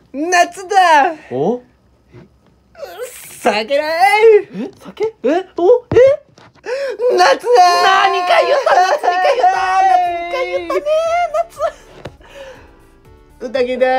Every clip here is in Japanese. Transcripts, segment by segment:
夏だ。 お酒ない。 酒お夏だ。 何か言った夏2回言ったね夏宴だ。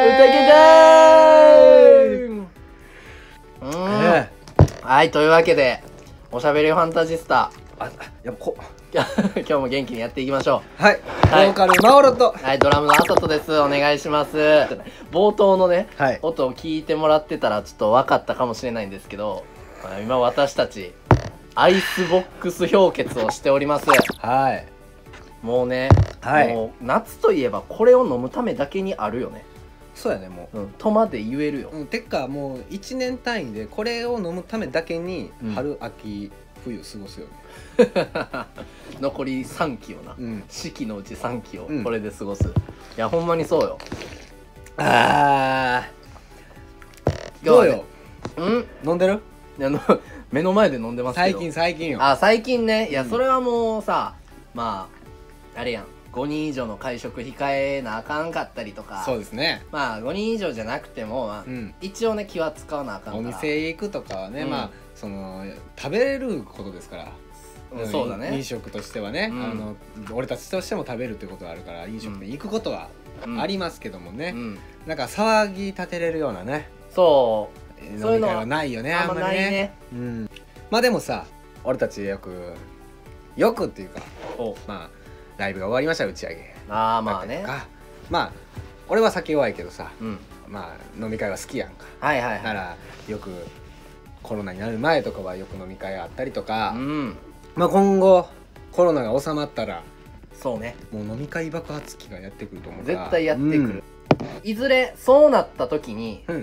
はいというわけでおしゃべりファンタジスタやっぱ今日も元気にやっていきましょはい。ボはいーカルマオロと。 う。はいドラムのあさとです。お願いします。冒頭のね、 はい。 音を聞いてもらってたらちょっと分かったかもしれないんですけど、今私たちアイスボックス氷結をしております。 はい。 もうね、 はいもう夏といえばこれを飲むためだけにあるよね。 そうやね、もとまで言えるよ。 う。てかもう1年単位でこれを飲むためだけにうん春秋冬過ごすよね。 残り3期をな、 うん。 四季のうち3期をうんこれで過ごす。いやほんまにそうよ。 あ今日はねどうよ。飲んでる？ 目の前で飲んでますけど。 最近よ。 最近ね。いや、 うんそれはもうさ、まああれやん、5人以上の会食控えなあかんかったりとか、 そうですね。 まあ5人以上じゃなくても、まあうん。 一応ね気は使わなあかんから。 お店行くとかはね、 うんまあその食べれることですから。 そうだね。 飲食としてはね、 うん俺たちとしても食べるということがあるから飲食店行くことはうんありますけどもね、 うんなんか騒ぎ立てれるようなねそう飲みそういうのは会はないよね、 あんまないりね。 うん、まあでもさ俺たちよくっていうかおまあライブが終わりました打ち上げああまあねだったりと。かまあ俺は酒弱いけどさうんまあ飲み会は好きやんかはいはいはい。 ならよくコロナになる前とかはよく飲み会あったりとか、 うんまあ今後コロナが収まったらそうね。 もう飲み会爆発期がやってくると思うから絶対やってくる。いずれそうなった時にうん、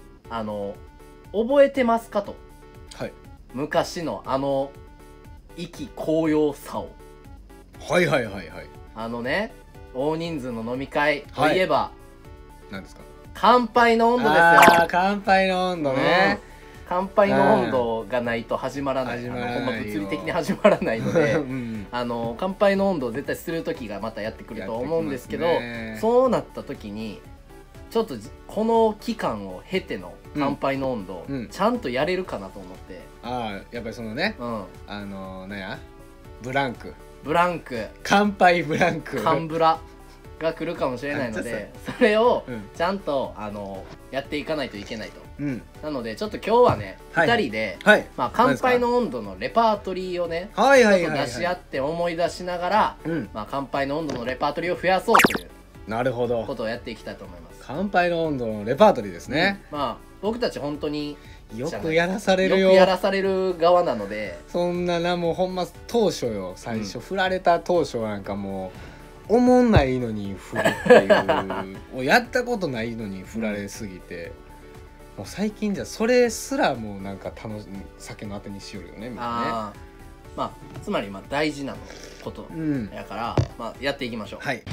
覚えてますかと。 はい昔の意気揚々さを。 はいはいはいはい大人数の飲み会といえば、 何ですか乾杯の温度ですよ。 乾杯の温度ね、 乾杯の温度がないと始まらない。 始まらないよほんま物理的に始まらないのでうん乾杯の温度を絶対する時がまたやってくると思うんですけど、 やってきますねそうなった時にちょっとこの期間を経ての乾杯の温度、 うんちゃんとやれるかなと思って、 やっぱりそのねなんやブランクブランク乾杯ブランクカンブラが来るかもしれないので、それをうんちゃんとやっていかないといけないと。 うんなのでちょっと今日はね、 はい 2人で、 はい乾杯の温度のレパートリーをねはいちょっはいはいはいと出し合って思い出しながら、 うん乾杯の温度のレパートリーを増やそうというなるほどことをやっていきたいと思います。 乾杯の温度のレパートリーですね、 僕たち本当によくやらされるよよくやらされる側なので、 そんななもうほんま当初よ最初、振られた当初なんかもうおもんないのに振るっていうをやったことないのに振られすぎて、もう最近じゃそれすらもうなんか酒のあてにしよるよねみんなつまり大事なことねうんやから、やっていきましょう。 はい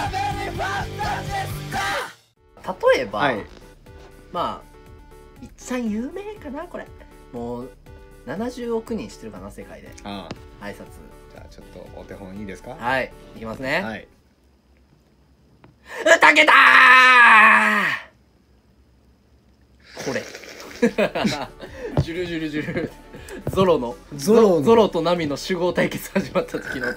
例えば、 はいいっちゃん有名かなこれ。もう70億人知ってるかな世界でああ挨拶。 じゃあちょっとお手本いいですかはいいきますね。 はい宴だーこれジュルジュルジュルゾロとナミの集合対決始まった時の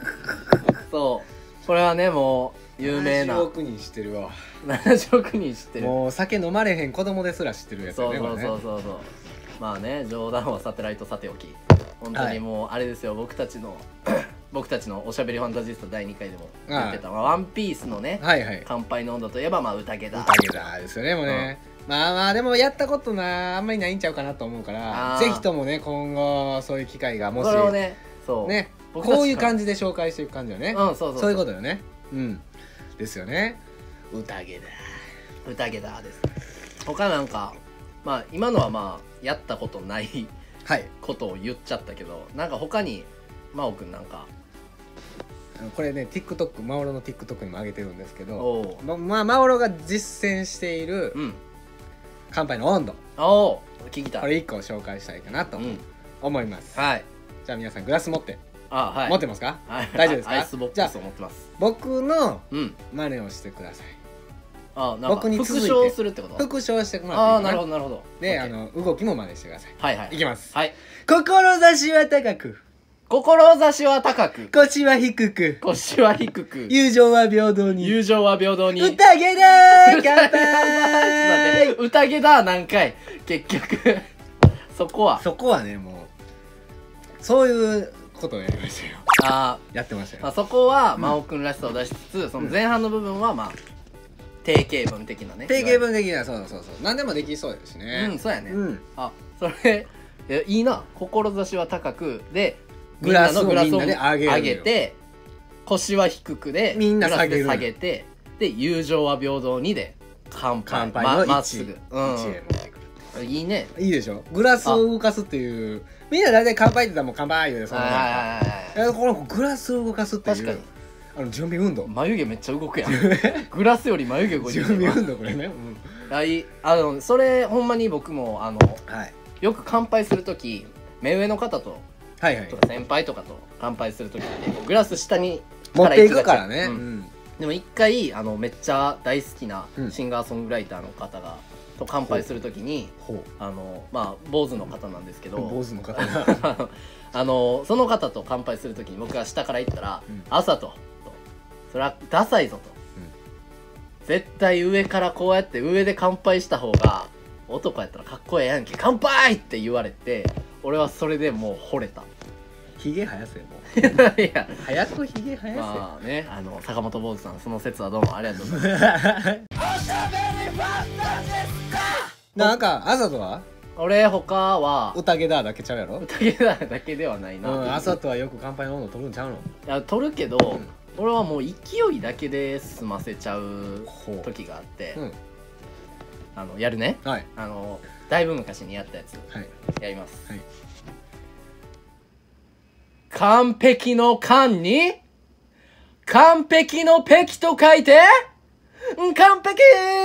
そうこれはねもう有名な 70億人知ってるわ 70億人知ってる。 もう酒飲まれへん子供ですら知ってるやつそうそうよねこれねそうそうそう。まあね冗談はさてらいとさておき本当にもうあれですよ、僕たちのおしゃべりファンタジスタ第2回でも言ってたワンピースのねはいはい乾杯の温度といえば宴だ。 宴だですよねもうね、まあでもやったことあんまりないんちゃうかなと思うからぜひともね今後そういう機会がもしそれをねそうね僕たちこういう感じで紹介していく感じよね、 そういうことよねですよね宴だ宴だです。他なんか今のはやったことないはいことを言っちゃったけど、なんか他に真央くんなんかこれね TikTok マオロの TikTok にも上げてるんですけどおうマオロが実践している乾杯の温度おう聞きたこれ1個紹介したいかなと思います、 はいじゃあ皆さんグラス持ってはい持ってますかはい大丈夫ですかアイスボックスを持ってます。 僕のうん真似をしてください僕に続いて復唱するってこと？ 復唱してもらっていいかな。 なるほどなるほど。 で動きも真似してください。 はいはい。 いきます。 はい。 志は高く、 志は高く、 腰は低く、 腰は低く、 友情は平等に、 友情は平等に。 宴だー乾杯宴だ何回結局そこはね、もうそういうことをやりましたよ。やってましたよ。 そこは真央くんらしさを出しつつ、その前半の部分はまあ定型文的なね。 定型文的な、そう何でもできそうですしね。 そうやね。それいいな。志は高くでグラスをみんなで上げて、腰は低くでみんな下げて、で友情は平等にで乾杯のまっすぐ 1へ持ってくる。 いいね。 いいでしょ。グラスを動かすっていう、みんな大体乾杯って言ったらもう乾杯言うで、そのこのグラスを動かすっていう、 確かに準備運動。 眉毛めっちゃ動くやんグラスより眉毛動いてる。 準備運動これね。 それほんまに僕もよく乾杯するとき目上の方と先輩とかと乾杯するときってグラス下に持っていくからね。 でも一回めっちゃ大好きなシンガーソングライターの方がと乾杯するときに坊主の方なんですけど、 坊主の方がその方と乾杯するときに僕が下から行ったら「朝とそれはダサいぞ」と「絶対上からこうやって上で乾杯した方が男やったらかっこええやんけ乾杯!」って言われて、俺はそれでもう惚れた。 ひげ生やせもういや早くひげ生やせ。 まあね、坂本坊主さん、その説はどうもありがとうございますなんか朝とは俺他は宴だだけちゃうやろ。 宴だだけではないな。 朝とはよく乾杯の温度取るんちゃうの。 いや取るけど、俺はもう勢いだけで済ませちゃう時があって、やるね。だいぶ昔にやったやつやります。完璧の完に完璧のペキと書いて完璧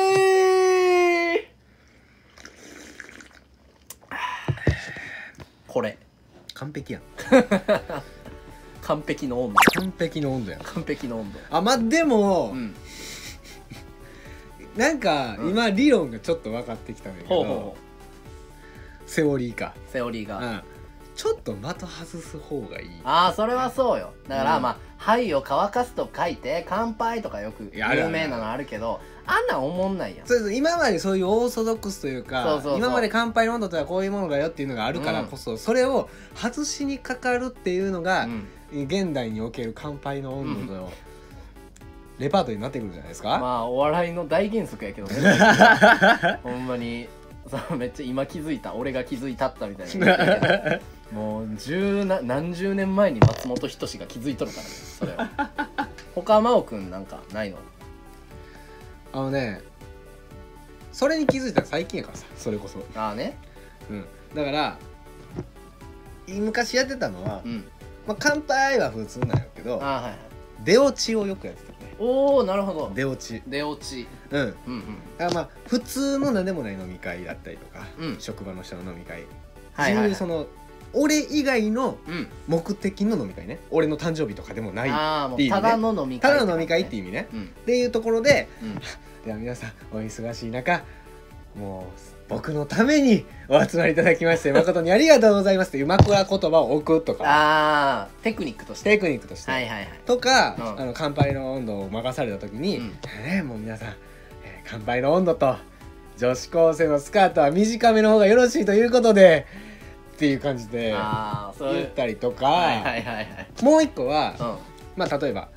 これ完璧やん完璧の温度。 完璧の温度やん。 完璧の温度。 まあでも、なんか今理論がちょっと分かってきたんだけど、セオリーか。 セオリーがちょっと的外す方がいい。 それはそうよ。だからまあ「はい」を乾かすと書いて「乾杯」とかよく有名なのあるけど、あんなんおもんないやん。 そう今までそういうオーソドックスというか、今まで乾杯の温度とはこういうものだよっていうのがあるからこそ、それを外しにかかるっていうのが現代における乾杯の温度のレパートリーになってくるじゃないですか。 まあお笑いの大原則やけどねほんまにめっちゃ今気づいた、俺が気づいたったみたいなもう何十年前に松本人志が気づいとるからね、それは他真央くんなんかないの？ それに気づいたら最近やからさ、それこそ。だから昔やってたのは、乾杯は普通なんやけど、出落ちをよくやってたね。 おお、なるほど。 出落ち。まあ普通の何でもない飲み会だったりとか、職場の人の飲み会、その俺以外の目的の飲み会ね。俺の誕生日とかでもないっていうね。 ただの飲み会。 ただの飲み会って意味ね。っていうところで、では皆さんお忙しい中、もう僕のためにお集まりいただきまして誠にありがとうございますっていう枕言葉を置くとか、 テクニックとしてとか、乾杯の温度を任された時に、もう皆さん、乾杯の温度と女子高生のスカートは短めの方がよろしいということでっていう感じで言ったりとか、もう一個は、まあ例えば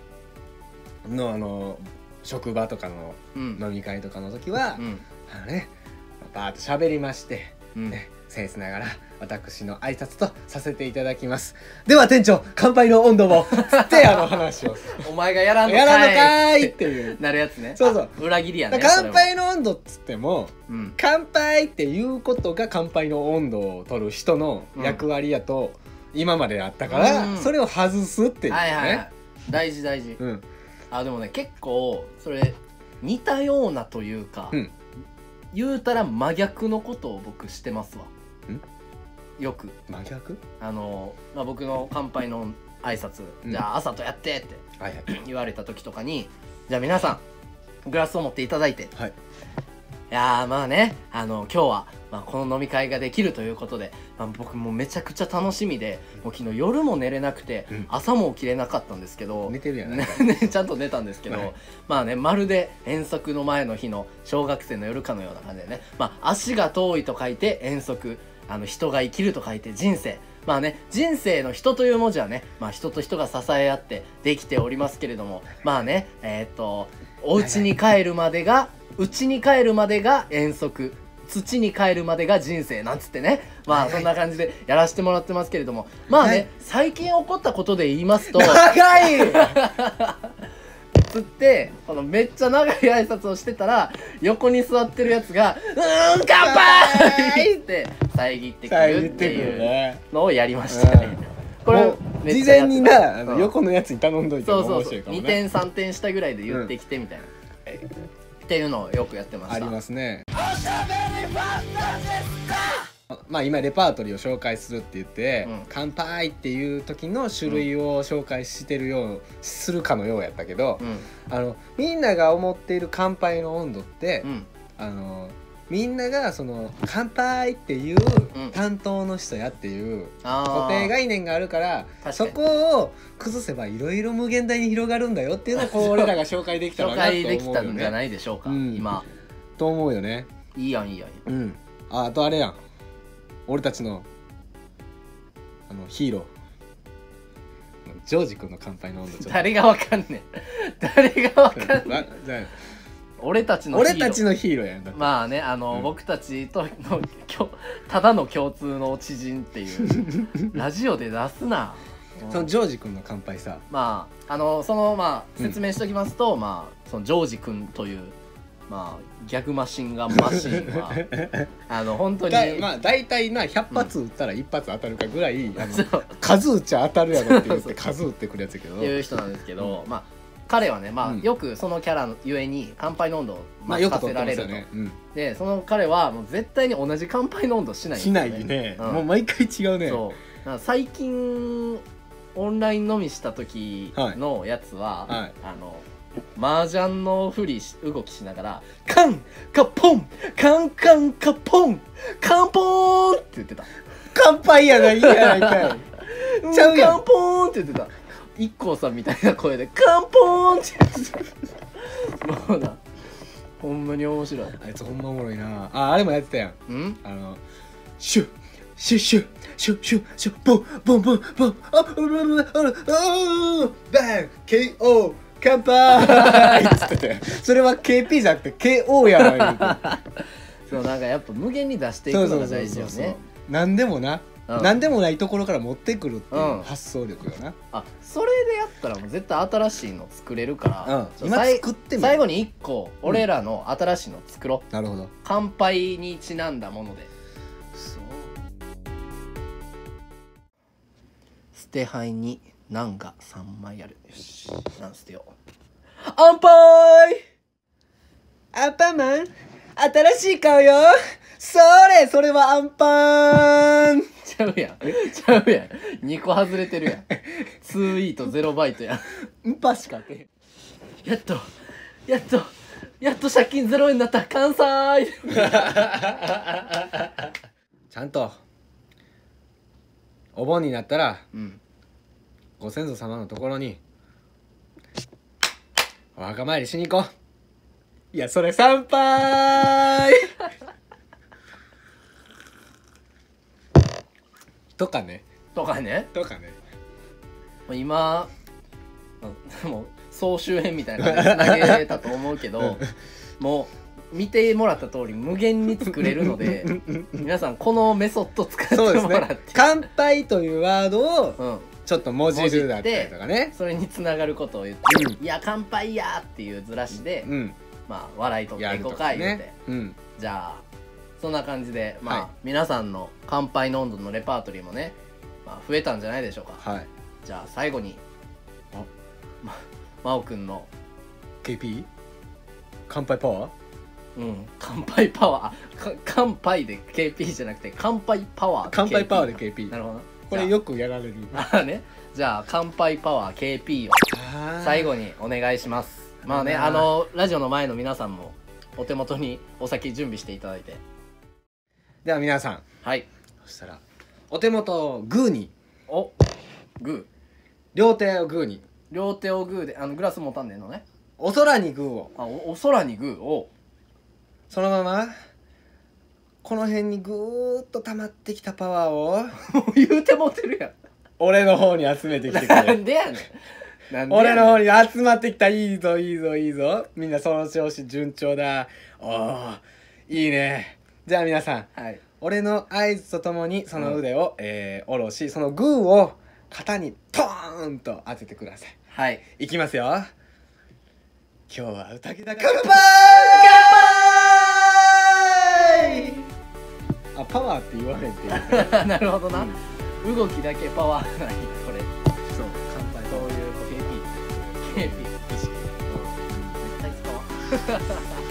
の職場とかの飲み会とかの時は、バーッと喋りまして、僭越ながら私の挨拶とさせていただきます。では店長、乾杯の温度をつって話をお前がやらんのかいっていうなるやつね。裏切りやね。 乾杯の温度っつっても、乾杯っていうことが乾杯の温度を取る人の役割やと今まであったから、それを外すっていうね。 大事。でもね、結構それ似たようなというか、言うたら真逆のことを僕してますわ。よく真逆？ 僕の乾杯の挨拶、じゃあ朝とやってって言われた時とかに、じゃあ皆さんグラスを持っていただいて、 はい、 いやーまあね今日は、この飲み会ができるということで、僕もうめちゃくちゃ楽しみで、もう昨日夜も寝れなくて、朝も起きれなかったんですけど、 寝てるやんねちゃんと寝たんですけど、 はいまるで遠足の前の日の小学生の夜かのような感じでね、足が遠いと書いて遠足、人が生きると書いて人生、人生の人という文字はね、人と人が支え合ってできておりますけれども、お家に帰るまでが、家に帰るまでが遠足、土に帰るまでが人生なんつってね、そんな感じでやらせてもらってますけれども、最近起こったことで言いますと、 長いつってこのめっちゃ長い挨拶をしてたら、横に座ってるやつが「乾杯!」って遮ってくるっていうのをやりましたね。これ事前にな横のやつに頼んどいても面白いかもね。 2点3点下ぐらいで言ってきてみたいな、っていうのをよくやってました。 ありますね。今レパートリーを紹介するって言って、乾杯っていう時の種類を紹介してるよう、するかのようやったけど、みんなが思っている乾杯の温度って、みんながその乾杯っていう担当の人やっていう固定概念があるから、そこを崩せばいろいろ無限大に広がるんだよっていうのをこう俺らが紹介できたらなと思うよね。 紹介できたんじゃないでしょうか、今。 と思うよね。 いいやんいいやん。 あとあれやん、俺たちのヒーロージョージ君の乾杯の温度。 誰がわかんねん誰がわかんねん俺たちのヒーローやん。 僕たちとのただの共通の知人っていうラジオで出すな。 そのジョージ君の乾杯さ、 説明しておきますと、そのジョージ君というギャグマシンガンマシンは本当に大体な100発撃ったら1発当たるかぐらい、数撃ちゃ当たるやろって言って数撃ってくるやつやけど、 いう人なんですけど、彼はね、よくそのキャラゆえに乾杯の温度を任せられると。でその彼はもう絶対に同じ乾杯の温度しないんですよね。しないね、もう毎回違うね。そう最近オンライン飲みした時のやつは、麻雀の動きしながらカンカポンカンカンカポンカンポーンって言ってた。 乾杯やないやないかい。ちゃうやん。 カンポーンって言ってた。IKKOさんみたいな声でカンポーンって言ってた。もうな、ほんまに面白い。 あいつほんまおもろいな。あれもやってたやん。シュッシュッシュッシュッシュッシュッボンボンボンボンバン KO乾杯っつってて、それは KP じゃなくて KO やろ言うて。 そうなんかやっぱ無限に出していくのが大事よね。 なんでもな、なんでもないところから持ってくるっていう発想力よな。 それでやったらもう絶対新しいの作れるから、 今作ってみる。 最後に1個俺らの新しいの作ろう。 なるほど。 乾杯にちなんだもので。捨て牌にナンが3枚ある。よし、ナン捨てよう。アンパイアンパンマン新しい顔よ。それはアンパンちゃうやん2個外れてるやん。2イート0バイトやん。 ンパしかけやっと借金0円になった。関西ちゃんとお盆になったら、ご先祖様のところにお墓参りしに行こう。いやそれ参拝とかね今もう総集編みたいなので投げたと思うけどもう見てもらった通り無限に作れるので皆さんこのメソッド使ってもらって、 乾杯というワードをちょっと文字るだったりとかね、 それにつながることを言って、いや乾杯やっていうずらしで、笑い取っていこうか言うて、じゃあそんな感じで皆さんの乾杯の温度のレパートリーもね、増えたんじゃないでしょうか。じゃあ最後に真央くんの KP 乾杯パワー、 乾杯パワー、乾杯で KP じゃなくて乾杯パワー、 乾杯パワーで KP。 なるほど、これよくやられる。 ね、じゃあ乾杯パワー KP を最後にお願いします。 まあねラジオの前の皆さんもお手元にお酒準備していただいて。 では皆さん、 はい。 そしたらお手元をグーに、 おグー、 両手をグーに、 両手をグーでグラス持たんねんのね。 お空にグーを、 お空にグーを、 そのままこの辺にぐーっと溜まってきたパワーをもう言うてもてるやん。 俺の方に集めてきてくなれ。 んでやねん。 俺の方に集まってきた。いいぞいいぞいいぞ、みんなその調子、順調だ。おーいいね。じゃあ皆さん、 はい、 俺の合図とともにその腕を、下ろし、そのグーを肩にトーンと当ててください。 はい、 いきますよ。今日は歌木だ。乾杯。あ、パワーって言わへんって言うなるほどな、動きだけパワーないこれ。 そう、乾杯。 そういう KP 意識、絶対使わん